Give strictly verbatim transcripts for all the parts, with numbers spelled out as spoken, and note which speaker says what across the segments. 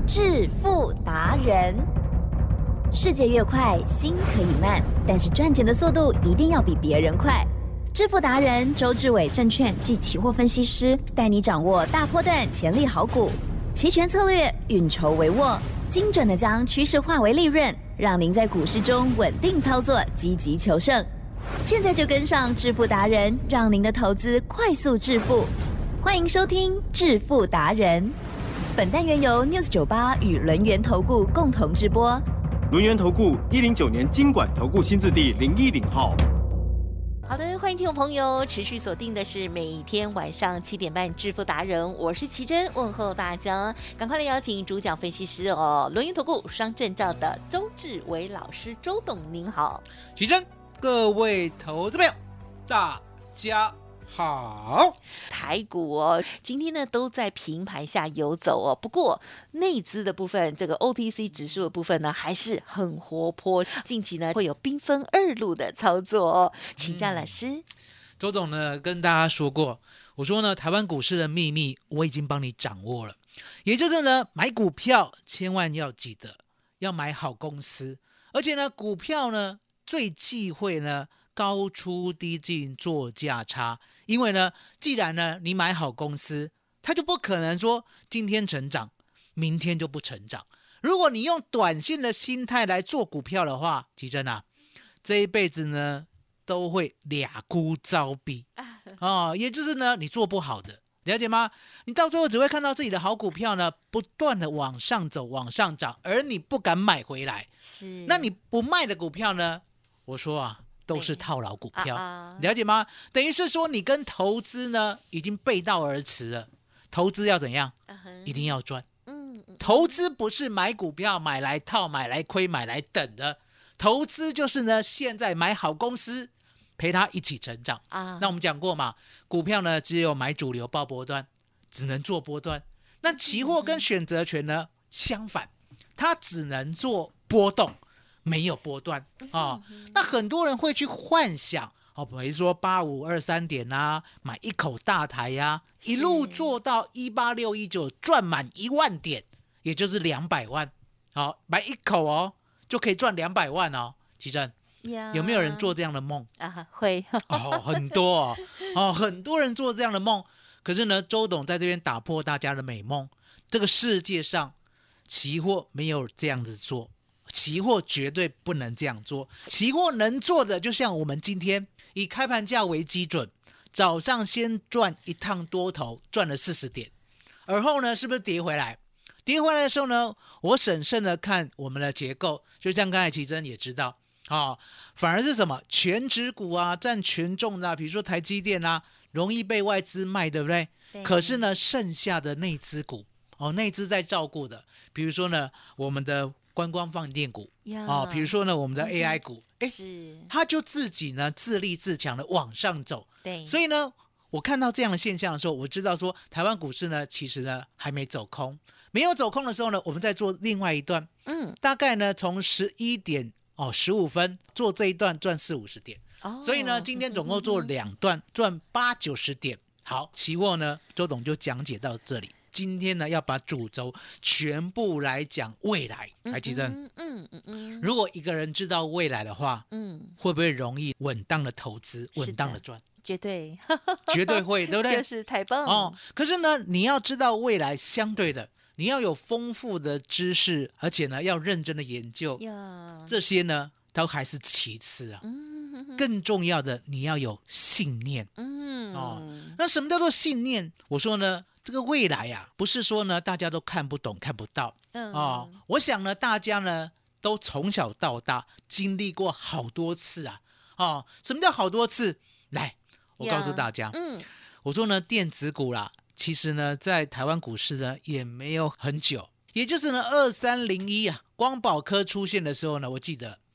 Speaker 1: 致富达人。世界越快，心可以慢，但是赚钱的速度一定要比别人快。致富达人周志伟证券及期货分析师带你掌握大波段潜力好股，期权策略运筹帷幄，精准的将趋势化为利润，让您在股市中稳定操作，积极求胜。现在就跟上致富达人，让您的投资快速致富。欢迎收听致富达人。本单元由 News 九十八与轮源投顾共同直播。
Speaker 2: 轮源投顾一零九年金管投顾新字第零一零号。
Speaker 3: 好的，欢迎听众朋友持续锁定的是每天晚上七点半致富达人，我是奇珍，问候大家，赶快来邀请主讲分析师哦，轮源投顾双证照的周志伟老师，周董您好。
Speaker 4: 奇珍，各位投资朋友大家好。
Speaker 3: 台股哦，今天呢都在平盘下游走哦。不过内资的部分，这个 O T C 指数的部分呢，还是很活泼。近期呢会有兵分二路的操作哦。请教老师，嗯、
Speaker 4: 周董呢跟大家说过，我说呢台湾股市的秘密我已经帮你掌握了，也就是呢买股票千万要记得要买好公司，而且呢股票呢最忌讳呢高出低进做价差。因为呢，既然呢你买好公司，它就不可能说今天成长，明天就不成长。如果你用短线的心态来做股票的话，奇珍啊，这一辈子呢都会俩孤遭毙哦，也就是呢你做不好的，了解吗？你到最后只会看到自己的好股票呢不断的往上走、往上涨，而你不敢买回来。
Speaker 3: 是，
Speaker 4: 那你不卖的股票呢？我说啊。都是套牢股票，
Speaker 3: 啊啊
Speaker 4: 了解吗？等于是说你跟投资呢已经背道而驰了。投资要怎样？啊、一定要赚。嗯，投资不是买股票买来套、买来亏、买来等的。投资就是呢，现在买好公司，陪它一起成长。啊，那我们讲过嘛，股票呢只有买主流报波段，只能做波段。那期货跟选择权呢、嗯、相反，它只能做波动。没有波段啊、哦，那很多人会去幻想哦，比如说八五二三点啊，买一口大台呀、啊，一路做到一八六一九，赚满一万点，也就是两百万。好、哦，买一口哦，就可以赚两百万哦。奇珍，有没有人做这样的梦
Speaker 3: 啊？会
Speaker 4: 哦，很多哦，哦，很多人做这样的梦。可是呢，周董在这边打破大家的美梦，这个世界上期货没有这样子做。期货绝对不能这样做，期货能做的就像我们今天以开盘价为基准，早上先赚一趟多头，赚了四十点，而后呢是不是跌回来？跌回来的时候呢，我审慎的看我们的结构，就像刚才奇珍也知道，哦，反而是什么全指股啊，占权重的、啊，比如说台积电啊，容易被外资卖，对不对？对，可是呢，剩下的内资股，哦，内资在照顾的，比如说呢，我们的观光放电股哦，比如说呢，我们的 A I 股，哎、嗯，是，它就自己呢自立自强的往上走。对，所以呢，我看到这样的现象的时候，我知道说台湾股市呢，其实呢还没走空，没有走空的时候呢，我们再做另外一段，嗯，大概呢从十一点哦十五分做这一段赚四五十点，哦，所以呢，今天总共做两段赚八九十点。好，期货呢，周董就讲解到这里。今天呢，要把主轴全部来讲未来，来奇珍。嗯嗯嗯。如果一个人知道未来的话，嗯，会不会容易稳当的投资，稳当的赚？
Speaker 3: 绝对，
Speaker 4: 绝对会，对不对？
Speaker 3: 就是太棒
Speaker 4: 哦。可是呢，你要知道未来，相对的，你要有丰富的知识，而且呢，要认真的研究。这些呢，都还是其次啊。嗯，更重要的，你要有信念。嗯哦，那什么叫做信念？我说呢。这个未来啊，不是说呢大家都看不懂看不到，嗯哦，我想呢大家呢都从小到大经历过好多次啊，哦，什么叫好多次？来，我告诉大家，嗯，我说呢电子股啦，其实呢在台湾股市呢也没有很久，也就是呢二三零一啊，光宝科出现的时候呢，我记得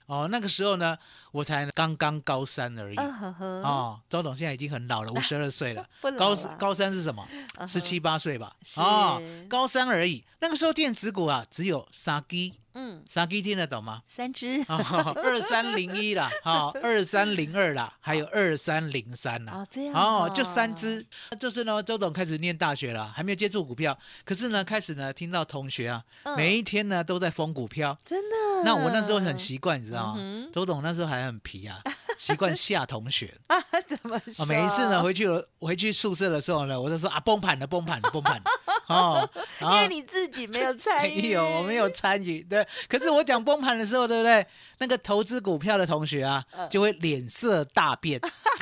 Speaker 4: 哦，那个时候呢，我才刚刚高三而已。
Speaker 3: 啊呵呵
Speaker 4: 哦，周董现在已经很老了，五十二岁了。
Speaker 3: 不老
Speaker 4: 高
Speaker 3: 了
Speaker 4: 高三是什么？
Speaker 3: 嗯哼
Speaker 4: 十七八岁吧。
Speaker 3: 是
Speaker 4: 哦，高三而已。那个时候电子股啊，只有三 G，
Speaker 3: 嗯，
Speaker 4: 三 G 听得懂吗？
Speaker 3: 三只
Speaker 4: 哦，二三零一啦，好，二三零二啦，还有二三零三啦。
Speaker 3: 哦，这样
Speaker 4: 哦，就三只。就是呢，周董开始念大学了，还没有接触股票，可是呢，开始呢听到同学啊，
Speaker 3: 嗯
Speaker 4: 每一天呢都在疯股票。
Speaker 3: 真的。
Speaker 4: 那我那时候很习惯，你知道吗？
Speaker 3: 嗯哼
Speaker 4: 周董那时候还很皮啊，习惯吓同学。
Speaker 3: 啊，怎么说？
Speaker 4: 哦，每一次呢回去我回去宿舍的时候呢，我就说啊崩盘了，崩盘了，崩盘了。哦，然后
Speaker 3: 因为你自己没有参与，
Speaker 4: 没有，我没有参与。对，可是我讲崩盘的时候，对不对？那个投资股票的同学啊，
Speaker 3: 嗯
Speaker 4: 就会脸色大变。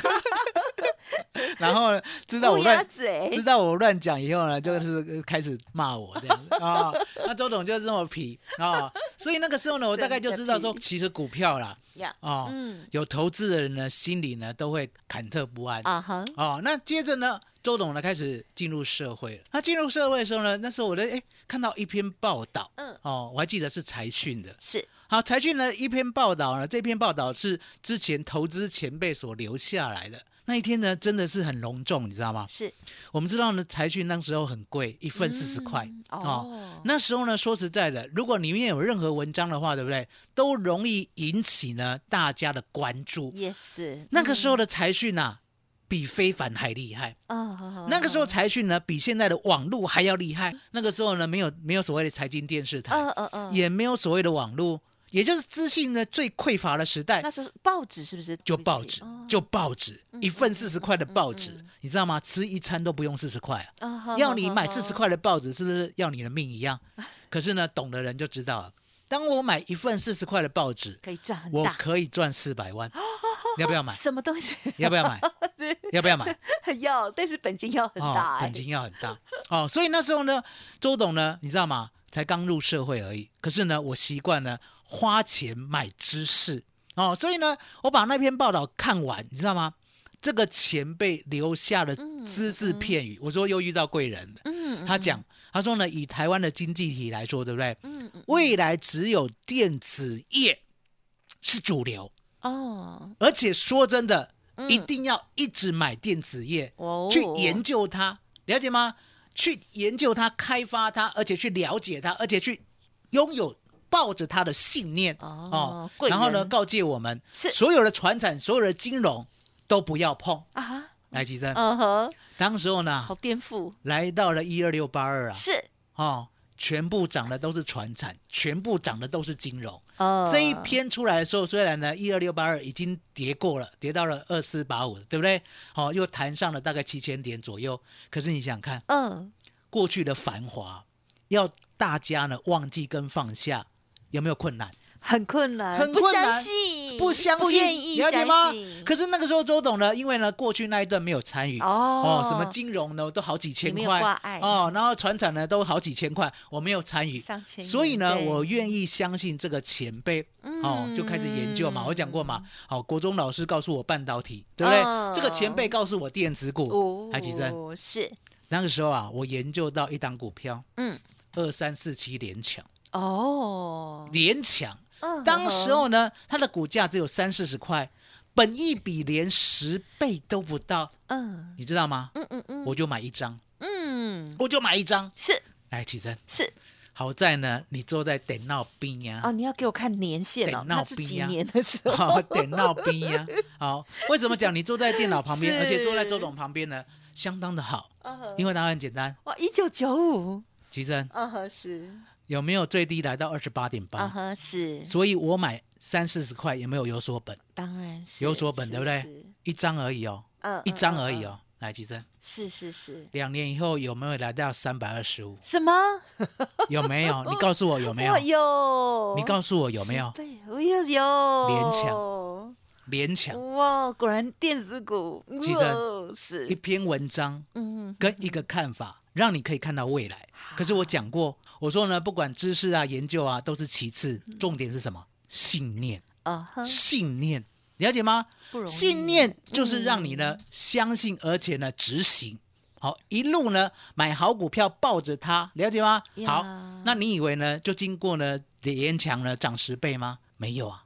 Speaker 4: 然后知道我
Speaker 3: 乌鸦
Speaker 4: 乱
Speaker 3: 嘴
Speaker 4: 知道我乱讲以后呢，就是开始骂我这样子啊、哦。那周董就是这么皮啊、哦，所以那个时候呢，我大概就知道说，其实股票啦，
Speaker 3: 呀，
Speaker 4: 哦，
Speaker 3: 嗯
Speaker 4: 有投资的人呢，心里呢都会忐忑不安
Speaker 3: 啊哈，
Speaker 4: 哦。那接着呢，周董呢开始进入社会了。他进入社会的时候呢，那时候我的哎看到一篇报道，
Speaker 3: 嗯
Speaker 4: 哦，我还记得是财讯的。
Speaker 3: 是
Speaker 4: 好，财讯呢一篇报道呢，这篇报道是之前投资前辈所留下来的。那一天呢，真的是很隆重，你知道吗？
Speaker 3: 是
Speaker 4: 我们知道呢，财讯那时候很贵，一份四十块
Speaker 3: 哦
Speaker 4: 哦。那时候呢，说实在的，如果里面有任何文章的话，对不对？都容易引起呢大家的关注。
Speaker 3: 也是
Speaker 4: 那个时候的财讯啊，比非凡还厉害。
Speaker 3: 哦，
Speaker 4: 那个时候财讯呢，比现在的网络还要厉害。那个时候呢，没有没有所谓的财经电视台，
Speaker 3: 嗯嗯嗯，
Speaker 4: 也没有所谓的网络，也就是资讯呢最匮乏的时代
Speaker 3: 那。时候报纸是不是？
Speaker 4: 就
Speaker 3: 对不
Speaker 4: 报纸，
Speaker 3: 起哦
Speaker 4: 就报纸，一份四十块的报纸
Speaker 3: 嗯嗯，
Speaker 4: 你知道吗？吃一餐都不用四十块啊。
Speaker 3: 啊好
Speaker 4: 要你
Speaker 3: 好好
Speaker 4: 买四十块的报纸，是不是要你的命一样？可是呢，懂的人就知道了。当我买一份四十块的报纸，
Speaker 3: 可以赚很
Speaker 4: 我
Speaker 3: 大，
Speaker 4: 可以赚四百万。你要不要买？
Speaker 3: 什么东西？
Speaker 4: 要不要买？要不要买？
Speaker 3: 要，但是本金要很大、
Speaker 4: 哦，
Speaker 3: 欸，
Speaker 4: 本金要很大哦。所以那时候呢，周董呢，你知道吗？才刚入社会而已。可是呢，我习惯呢花钱买知识哦。所以呢，我把那篇报道看完，你知道吗？这个前辈留下的只字片语，我说又遇到贵人了。
Speaker 3: 嗯，
Speaker 4: 他讲，他说呢，以台湾的经济体来说，对不对？
Speaker 3: 嗯嗯
Speaker 4: 未来只有电子业是主流，
Speaker 3: 哦
Speaker 4: 而且说真的，
Speaker 3: 嗯
Speaker 4: 一定要一直买电子业，
Speaker 3: 哦
Speaker 4: 去研究它，了解吗？去研究它，开发它，而且去了解它，而且去拥有抱着它的信念
Speaker 3: 哦贵人
Speaker 4: 然后呢，告诫我们，
Speaker 3: 是
Speaker 4: 所有的传产、所有的金融都不要碰。
Speaker 3: 啊哈，
Speaker 4: 来，吉珍，
Speaker 3: 嗯哼，
Speaker 4: 当时候呢
Speaker 3: 好，颠覆，
Speaker 4: 来到了一二六八二啊，
Speaker 3: 是
Speaker 4: 哦，全部涨的都是传产，全部涨的都是金融。
Speaker 3: 哦
Speaker 4: 这一篇出来的时候，虽然呢一二六八二已经跌过了，跌到了二四八五，对不对？好、哦，又弹上了大概七千点左右。可是你想想看，
Speaker 3: 嗯
Speaker 4: 过去的繁华，要大家呢忘记跟放下，有没有困难？
Speaker 3: 很困难，
Speaker 4: 很困难
Speaker 3: 不相信，
Speaker 4: 不相信，
Speaker 3: 不愿意
Speaker 4: 了解吗
Speaker 3: 相信？
Speaker 4: 可是那个时候周董呢，因为呢过去那一段没有参与
Speaker 3: 哦
Speaker 4: 什么金融呢都好几千
Speaker 3: 你没有
Speaker 4: 块
Speaker 3: 挂碍
Speaker 4: 哦，然后船产呢都好几千块，我没有参与
Speaker 3: 上千元
Speaker 4: 所以呢
Speaker 3: 对
Speaker 4: 我愿意相信这个前辈哦，就开始研究嘛。我讲过嘛，好、国中老师告诉我半导体，对不对？
Speaker 3: 哦
Speaker 4: 这个前辈告诉我电子股，
Speaker 3: 哦，
Speaker 4: 海奇珍，
Speaker 3: 是，
Speaker 4: 那个时候啊，我研究到一档股票，
Speaker 3: 嗯，
Speaker 4: 二三四七联强，
Speaker 3: 哦，
Speaker 4: 联强。
Speaker 3: 嗯
Speaker 4: 当时候呢，它的股价只有三四十块，本益比连十倍都不到，
Speaker 3: 嗯
Speaker 4: 你知道吗？
Speaker 3: 嗯嗯嗯
Speaker 4: 我就买一张，
Speaker 3: 嗯，
Speaker 4: 我就买一张。
Speaker 3: 是
Speaker 4: 来，启真，
Speaker 3: 是
Speaker 4: 好在呢，你坐在电脑边呀、
Speaker 3: 哦，你要给我看年限哦，
Speaker 4: 电脑
Speaker 3: 那是几
Speaker 4: 兵啊
Speaker 3: 年的时候？
Speaker 4: 好，电脑边呀、好，为什么讲你坐在电脑旁边，
Speaker 3: 是
Speaker 4: 而且坐在周董旁边呢？相当的好，
Speaker 3: 嗯
Speaker 4: 因为答案很简单。
Speaker 3: 哇，一九九五，
Speaker 4: 奇珍
Speaker 3: 嗯哼是，
Speaker 4: 有没有最低来到二十八点
Speaker 3: 嗯
Speaker 4: 八？
Speaker 3: 哼是，
Speaker 4: 所以我买三四十块，有没有有所本？
Speaker 3: 当然是
Speaker 4: 有所本，对不对
Speaker 3: 是？
Speaker 4: 一张而已哦，
Speaker 3: 嗯，
Speaker 4: 一张
Speaker 3: 嗯
Speaker 4: 而已，哦。
Speaker 3: 嗯嗯
Speaker 4: 来，奇珍，
Speaker 3: 是是是，
Speaker 4: 两年以后有没有来到三百二十五？
Speaker 3: 什么？
Speaker 4: 有没有？你告诉我有没有
Speaker 3: 我？有，
Speaker 4: 你告诉我有没有？
Speaker 3: 对，我有有
Speaker 4: 连抢联强
Speaker 3: 哇，果然电子股，
Speaker 4: 其实
Speaker 3: 哇是
Speaker 4: 一篇文章
Speaker 3: 嗯
Speaker 4: 跟一个看法，让你可以看到未来。可是我讲过，我说呢，不管知识啊、研究啊，都是其次，重点是什么？信念，
Speaker 3: 啊哈，
Speaker 4: 信念，了解吗
Speaker 3: 不容？易
Speaker 4: 信念就是让你呢相信，而且呢执行。好，一路呢买好股票，抱着它，了解吗？
Speaker 3: 呀
Speaker 4: 好，那你以为呢就经过呢联强呢涨十倍吗？没有啊，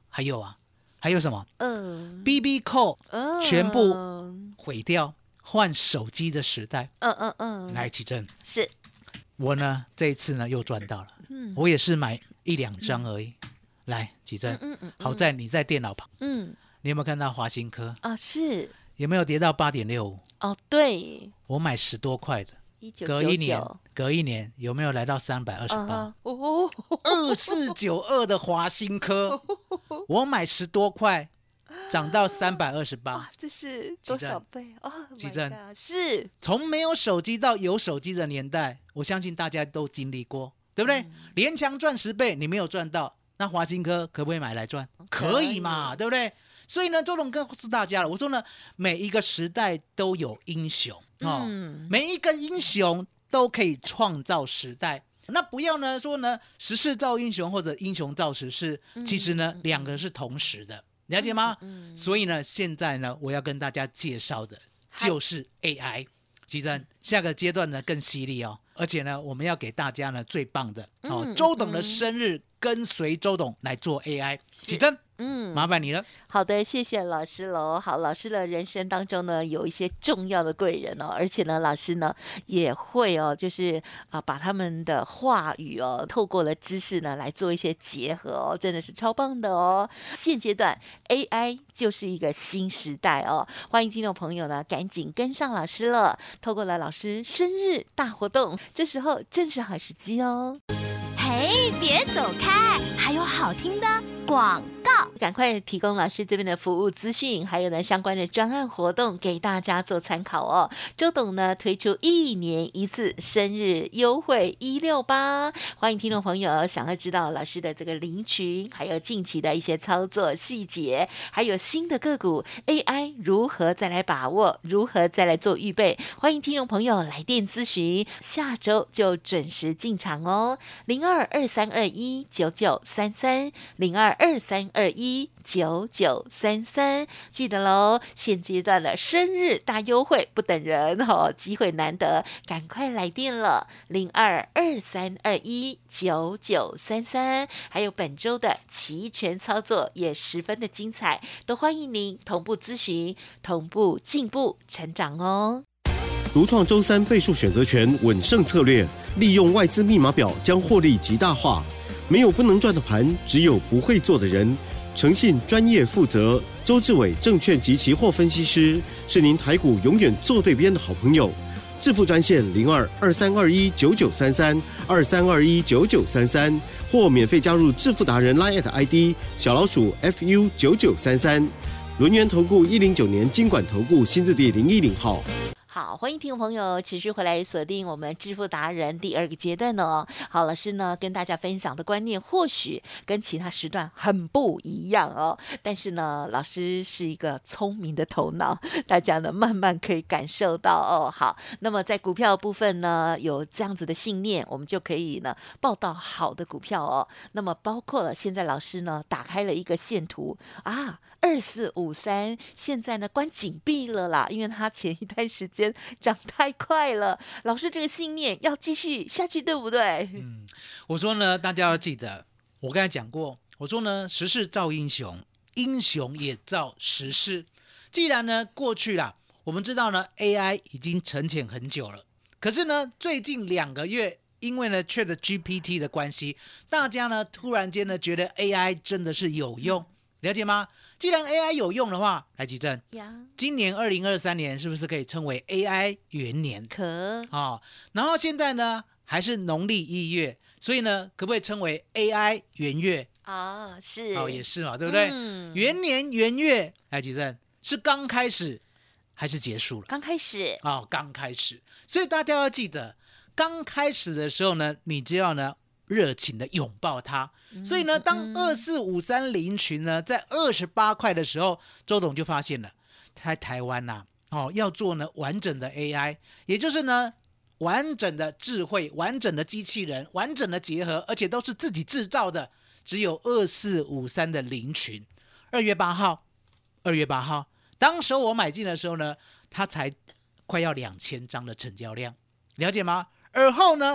Speaker 4: 还有啊，还有什么？
Speaker 3: 嗯
Speaker 4: B B call
Speaker 3: 嗯
Speaker 4: 全部毁掉，换手机的时代。
Speaker 3: 嗯嗯嗯，
Speaker 4: 来，启正，
Speaker 3: 是
Speaker 4: 我呢这一次呢又赚到了，
Speaker 3: 嗯
Speaker 4: 我也是买一两张而已。来，启正，
Speaker 3: 嗯嗯嗯
Speaker 4: 好在你在电脑旁，
Speaker 3: 嗯
Speaker 4: 你有没有看到华新科
Speaker 3: 啊是
Speaker 4: 有没有跌到八点六五？
Speaker 3: 哦对，
Speaker 4: 我买十多块的，
Speaker 3: 一九
Speaker 4: 隔一年，隔一年有没有来到三百二十八？
Speaker 3: 哦，
Speaker 4: 二四九二的华新科，我买十多块，涨到三百二十八
Speaker 3: 哇，，这是多少倍哦？
Speaker 4: 奇正
Speaker 3: 是
Speaker 4: 从没有手机到有手机的年代，我相信大家都经历过，对不对？
Speaker 3: 嗯
Speaker 4: 连强赚十倍，你没有赚到，那华新科可不可以买来赚？可以嘛，对不对？所以呢，周董告诉大家了，我说呢，每一个时代都有英雄哦，
Speaker 3: 嗯
Speaker 4: 每一个英雄都可以创造时代。那不要呢说呢，时势造英雄或者英雄造时势，其实呢，两个是同时的，了解吗？所以呢，现在呢，我要跟大家介绍的就是 A I。其实下个阶段呢更犀利哦，而且呢，我们要给大家呢最棒的哦，周董的生日，跟随周董来做 A I。启真，
Speaker 3: 嗯，
Speaker 4: 麻烦你了。
Speaker 3: 好的，谢谢老师喽。好，老师的人生当中呢，有一些重要的贵人哦，而且呢，老师呢也会哦，就是啊，把他们的话语哦，透过了知识呢来做一些结合哦，真的是超棒的哦。现阶段 A I 就是一个新时代哦，欢迎听众朋友呢赶紧跟上老师了，透过了老师生日大活动，这时候正是好时机哦。
Speaker 1: 嘿，别走开，还有好听的广告。
Speaker 3: 赶快提供老师这边的服务资讯，还有呢相关的专案活动给大家做参考哦。周董呢推出一年一次生日优惠一六八，欢迎听众朋友想要知道老师的这个领群，还有近期的一些操作细节，还有新的个股 A I 如何再来把握，如何再来做预备，欢迎听众朋友来电咨询，下周就准时进场哦。零二二三二一九九三三零二二三二一九九三三，记得喽！现阶段的生日大优惠不等人哦，机会难得，赶快来电了！零二二三二一九九三三，还有本周的期权操作也十分的精彩，都欢迎您同步咨询，同步进步成长哦。
Speaker 2: 独创周三倍数选择权稳胜策略，利用外资密码表将获利极大化。没有不能赚的盘，只有不会做的人。诚信、专业、负责，周志伟证券及期货分析师是您台股永远做对边的好朋友。致富专线零二二三二一九九三三二三二一九九三三，或免费加入致富达人 Line at I D 小老鼠 F U 九九三三。轮源投顾一零九年金管投顾新字第零一零号。
Speaker 3: 好，欢迎听众朋友持续回来锁定我们致富达人第二个阶段哦。好，老师呢跟大家分享的观念或许跟其他时段很不一样哦，但是呢，老师是一个聪明的头脑，大家呢慢慢可以感受到哦。好，那么在股票的部分呢，有这样子的信念，我们就可以呢报到好的股票哦。那么包括了现在老师呢打开了一个线图啊，二四五三，现在呢关紧闭了啦，因为它前一段时间涨太快了，老师这个信念要继续下去，对不对？
Speaker 4: 嗯，我说呢，大家要记得，我刚才讲过，我说呢，时势造英雄，英雄也造时势。既然呢过去啦，我们知道呢 A I 已经沉潜很久了，可是呢最近两个月，因为呢 Chat G P T 的关系，大家呢突然间呢觉得 A I 真的是有用。了解吗？既然 A I 有用的话，来举证。今年二零二三年是不是可以称为 A I 元年？
Speaker 3: 可
Speaker 4: 啊、哦，然后现在呢还是农历一月，所以呢可不可以称为 A I 元月？
Speaker 3: 啊、哦，是
Speaker 4: 哦，也是嘛，对不对？
Speaker 3: 嗯、
Speaker 4: 元年元月，来举证是刚开始还是结束了？
Speaker 3: 刚开始
Speaker 4: 哦，刚开始。所以大家要记得，刚开始的时候呢，你就要呢热情的拥抱它。所以呢，当二四五三零群呢在二十八块的时候，周董就发现了，在台湾呐、啊，哦，要做呢完整的 A I， 也就是呢完整的智慧、完整的机器人、完整的结合，而且都是自己制造的，只有二四五三的零群。二月八号，二月八号，当时我买进的时候呢，它才快要两千张的成交量，了解吗？而后呢，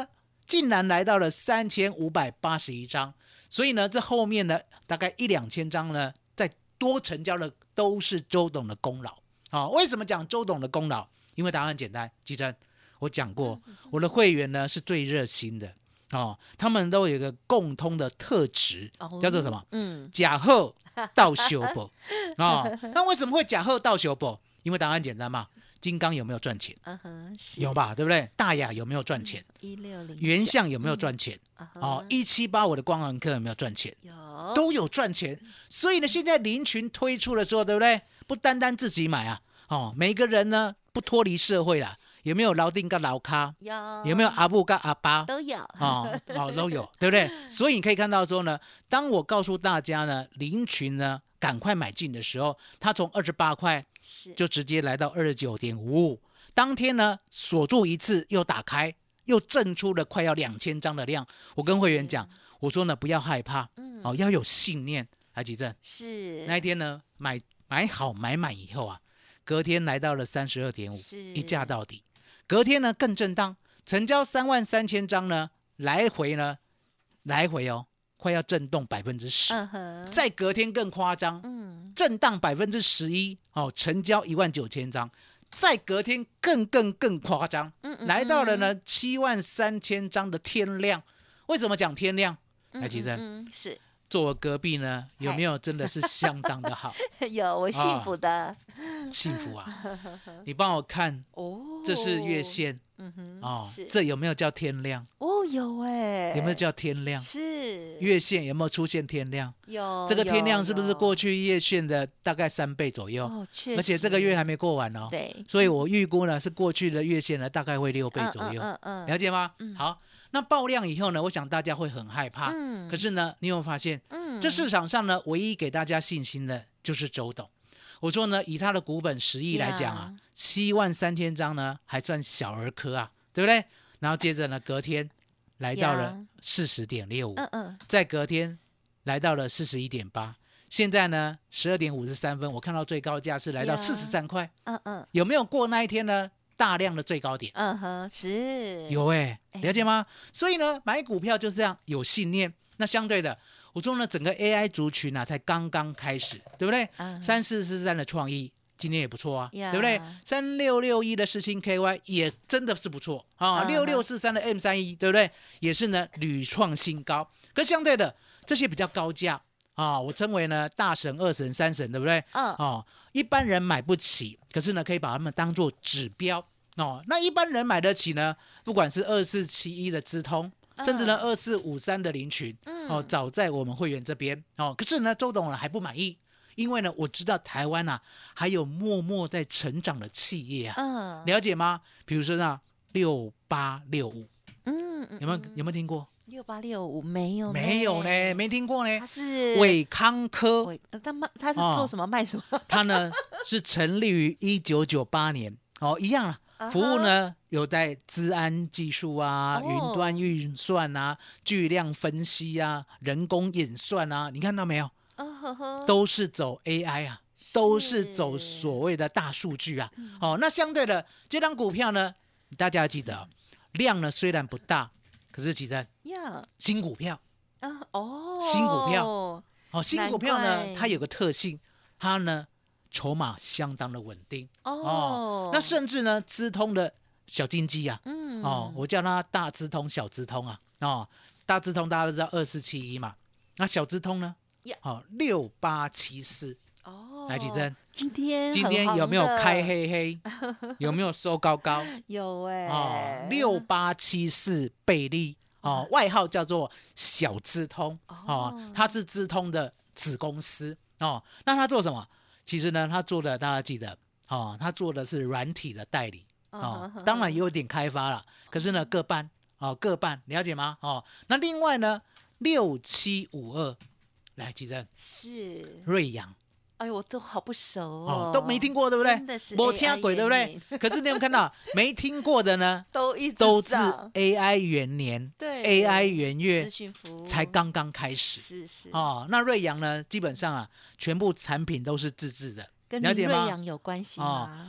Speaker 4: 竟然来到了三千五百八十一张，所以呢，这后面呢大概一两千张呢，再多成交的都是周董的功劳。哦，为什么讲周董的功劳？因为答案很简单，基珍，我讲过，我的会员呢是最热心的。哦，他们都有一个共通的特质，哦、叫做什么？嗯，假贺到修补。哦，那为什么会假贺到修补？因为答案简单嘛。金刚有没有赚钱？ Uh-huh, 有吧，对不对？大雅有没有赚钱？一六零原相有没有赚钱？嗯 uh-huh. 哦，一七八五的光航科有没有赚钱？有，都有赚钱。所以呢，现在林群推出的时候，对不对？不单单自己买啊，哦，每个人呢不脱离社会啦。有没有老丁跟老咖？有，有没有阿布跟阿爸？
Speaker 3: 都有
Speaker 4: 哦哦都有，对不对？所以你可以看到说呢，当我告诉大家呢，林群呢赶快买进的时候，它从二十八块就直接来到二十九点五五，当天呢锁住一次又打开，又挣出了快要两千张的量。我跟会员讲，我说呢不要害怕，嗯、哦要有信念。来吉正是那一天呢买买好买满以后啊，隔天来到了三十二点五，一价到底。隔天呢更震荡，成交三万三千张呢，来回呢，来回哦，快要震动百分之十。再隔天更夸张，嗯，震荡百分之十一，哦，成交一万九千张。再隔天更更更夸张，嗯嗯嗯来到了呢七万三千张的天量。为什么讲天量？来，吉珍、嗯嗯、是。坐我隔壁呢，有没有真的是相当的好？
Speaker 3: 有，我幸福的，
Speaker 4: 哦、幸福啊！你帮我看，哦，这是月线，嗯哼，哦，这有没有叫天亮？
Speaker 3: 哦，有哎，
Speaker 4: 有没有叫天亮？
Speaker 3: 是
Speaker 4: 月线有没有出现天亮？
Speaker 3: 有，
Speaker 4: 这个天亮是不是过去月线的大概三倍左右？
Speaker 3: 哦，确实，
Speaker 4: 而且这个月还没过完哦，
Speaker 3: 对，
Speaker 4: 所以我预估呢是过去的月线呢大概会六倍左右，嗯嗯嗯嗯了解吗？嗯，好。那爆量以后呢，我想大家会很害怕。嗯，可是呢，你有没有发现，嗯，这市场上呢，唯一给大家信心的就是周董。我说呢，以他的股本十亿来讲啊，七万三千张呢，还算小儿科啊，对不对？然后接着呢，隔天来到了四十点六五，嗯嗯，再隔天来到了四十一点八，现在呢，十二点五十三分，我看到最高价是来到四十三块，嗯嗯，有没有过那一天呢？大量的最高点，
Speaker 3: 嗯哼，是
Speaker 4: 有哎、欸，了解吗？所以呢，买股票就是这样，有信念。那相对的，我说呢，整个 A I 族群啊，才刚刚开始，对不对？三四四三的创意今天也不错啊， yeah. 对不对？三六六一的世芯 K Y 也真的是不错啊，六六四三的 M 三一，对不对？也是呢屡创新高。可相对的，这些比较高价啊，我称为呢大神、二神、三神，对不对？嗯，哦，一般人买不起，可是呢，可以把他们当做指标。哦，那一般人买得起呢？不管是二四七一的资通，甚至呢二四五三的林群，哦，早在我们会员这边哦。可是呢，周董呢还不满意，因为呢我知道台湾啊还有默默在成长的企业啊，嗯，了解吗？比如说呢六八六五，嗯，有没有有没有听过？
Speaker 3: 六八六五没有，
Speaker 4: 没有呢，没听过呢。
Speaker 3: 他是
Speaker 4: 伟康科，
Speaker 3: 他卖他是做什么、哦、卖什么？
Speaker 4: 他呢是成立于一九九八年，哦，一样啊。服务呢有在资安技术啊、云、oh. 端运算啊、巨量分析啊、人工演算啊，你看到没有？ Oh. 都是走 A I 啊，都是走所谓的大数据啊。嗯、哦，那相对的这张股票呢，大家要记得、哦，量呢虽然不大，可是其实 yeah. 新股票啊，哦、uh, oh. ，新股票哦，新股票呢，它有个特性，它呢。筹码相当的稳定 oh. 哦，那甚至呢，资通的小金鸡啊，嗯，哦，我叫它大资通、小资通啊，哦，大资通大家都知道二四七一嘛，那小资通呢， yeah. 哦，六八七四，哦，来，启真，
Speaker 3: 今天
Speaker 4: 今天有没有开黑黑？有没有收高高？
Speaker 3: 有哎、欸，
Speaker 4: 哦，六八七四倍利哦，外号叫做小资通哦，它是资通的子公司哦，那它做什么？其实呢，他做的大家记得哦，他做的是软体的代理哦，当然也有点开发了，可是呢各半哦，各半了解吗？哦，那另外呢，六七五二来记得是瑞阳，
Speaker 3: 哎呦，我都好不熟 哦,
Speaker 4: 哦，都没听过对不对？
Speaker 3: 真的是
Speaker 4: 没听过对不对？可是你有没有看到没听过的呢？
Speaker 3: 都一直
Speaker 4: 都是 A I 元年，
Speaker 3: 对
Speaker 4: A I 元月
Speaker 3: 资讯服务
Speaker 4: 才刚刚开始，
Speaker 3: 是是
Speaker 4: 哦。那瑞阳呢，基本上啊，全部产品都是自制的，
Speaker 3: 跟瑞阳有关系吗？哦，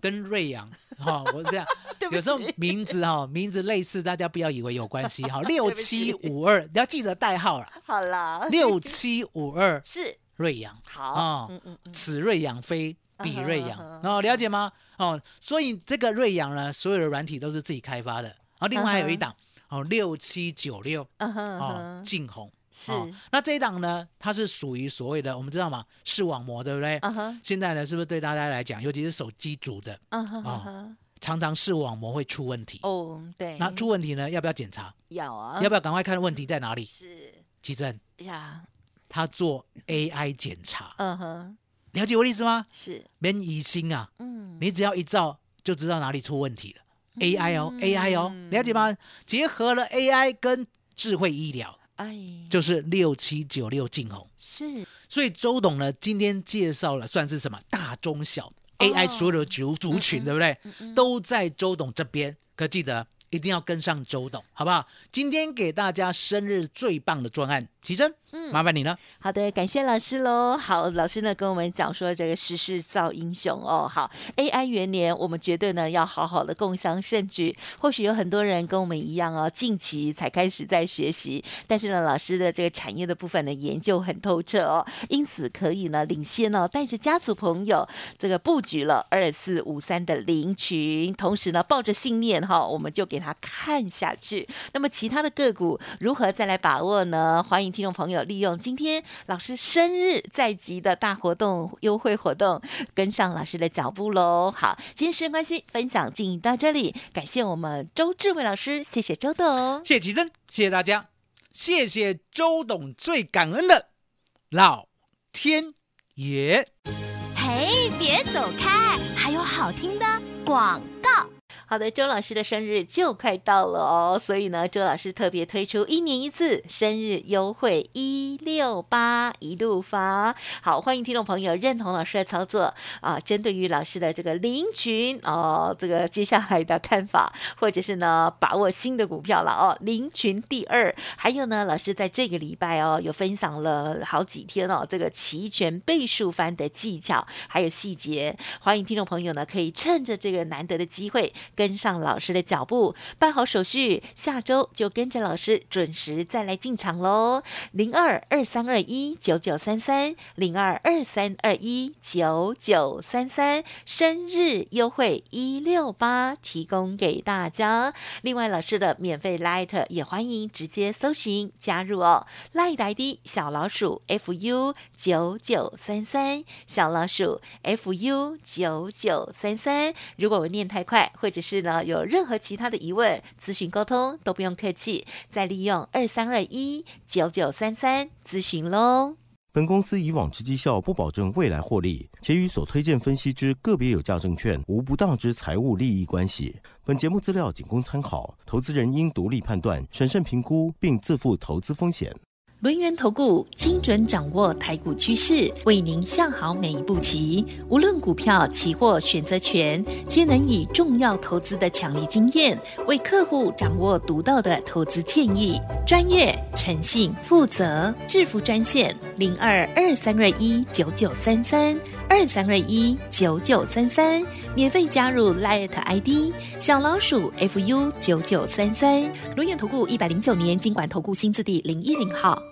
Speaker 4: 跟瑞阳，哈、哦，我这样有时候名字哈、哦，名字类似，大家不要以为有关系哈。六七五二，你要记得代号了。
Speaker 3: 好啦，
Speaker 4: 六七五二
Speaker 3: 是
Speaker 4: 瑞阳，
Speaker 3: 好，
Speaker 4: 哦、
Speaker 3: 嗯嗯嗯，
Speaker 4: 此瑞阳非彼瑞阳，
Speaker 3: 嗯
Speaker 4: 哦，了解吗？哦，所以这个瑞阳呢，所有的软体都是自己开发的。然后另外还有一档、嗯、哦，六七九六，哦，劲宏。
Speaker 3: 是、
Speaker 4: 哦，那这一档呢，它是属于所谓的，我们知道嘛，视网膜，对不对？
Speaker 3: uh-huh.
Speaker 4: 现在呢，是不是对大家来讲，尤其是手机组的，
Speaker 3: uh-huh.
Speaker 4: 哦，常常视网膜会出问题。
Speaker 3: 哦、oh, ，对。
Speaker 4: 那出问题呢，要不要检查？
Speaker 3: 要啊。
Speaker 4: 要不要赶快看问题在哪里？
Speaker 3: 是。
Speaker 4: 奇珍
Speaker 3: 呀，
Speaker 4: 他做 A I 检查。
Speaker 3: 嗯哼，
Speaker 4: 了解我的意思吗？
Speaker 3: 是。
Speaker 4: 免疑心啊，
Speaker 3: 嗯，
Speaker 4: 你只要一照就知道哪里出问题了。嗯、A I 哦 ，A I 哦，了解吗？结合了 A I 跟智慧医疗。哎，就是六七九六劲宏
Speaker 3: 是，
Speaker 4: 所以周董呢今天介绍了算是什么大中小、哦、A I 所有的族族群、嗯嗯，对不对、嗯嗯？都在周董这边，可记得一定要跟上周董，好不好？今天给大家生日最棒的专案，奇珍，嗯，麻烦你了。
Speaker 3: 好的，感谢老师喽。好，老师呢跟我们讲说这个时势造英雄哦。好 ，A I 元年，我们绝对呢要好好的共襄盛举。或许有很多人跟我们一样哦，近期才开始在学习，但是呢，老师的这个产业的部分呢研究很透彻哦，因此可以呢领先哦，带着家族朋友这个布局了二四五三的林群，同时呢抱着信念哈、哦，我们就给他看下去。那么其他的个股如何再来把握呢？欢迎听众朋友利用今天老师生日在即的大活动优惠活动，跟上老师的脚步喽。好，今天时间关系，分享进行到这里，感谢我们周志伟老师，谢谢周董，
Speaker 4: 谢谢奇珍，谢谢大家，谢谢周董，最感恩的老天爷。
Speaker 1: 嘿，别走开，还有好听的广告。
Speaker 3: 好的，周老师的生日就快到了哦，所以呢，周老师特别推出一年一次生日优惠一六八一路发。好，欢迎听众朋友认同老师的操作啊，针对于老师的这个林群哦，这个接下来的看法，或者是呢把握新的股票了哦，林群第二，还有呢，老师在这个礼拜哦有分享了好几天哦，这个期权倍数翻的技巧还有细节，欢迎听众朋友呢可以趁着这个难得的机会。跟上老师的脚步，办好手续，下周就跟着老师准时再来进场喽。零二二三二一九九三三，零二二三二一九九三三，生日优惠一六八提供给大家。另外，老师的免费 Light 也欢迎直接搜寻加入哦。Light 的 I D 小老鼠 F U 九九三三，小老鼠 F U 九九三三。如果我念太快，或者是呢有任何其他的疑问咨询沟通都不用客气，再利用二三二一九九三三咨询咯。
Speaker 2: 本公司以往之绩效不保证未来获利，且与所推荐分析之个别有价证券无不当之财务利益关系。本节目资料仅供参考，投资人应独立判断、审慎评估，并自负投资风险。
Speaker 1: 轮源投顾精准掌握台股趋势，为您下好每一步棋。无论股票、期货、选择权，皆能以重要投资的强力经验，为客户掌握独到的投资建议。专业、诚信、负责，致富专线零二二三二一九九三三二三二一九九三三，免费加入 Light I D 小老鼠 F U 九九三三。轮源投顾一百零九年金管投顾新字第零一零号。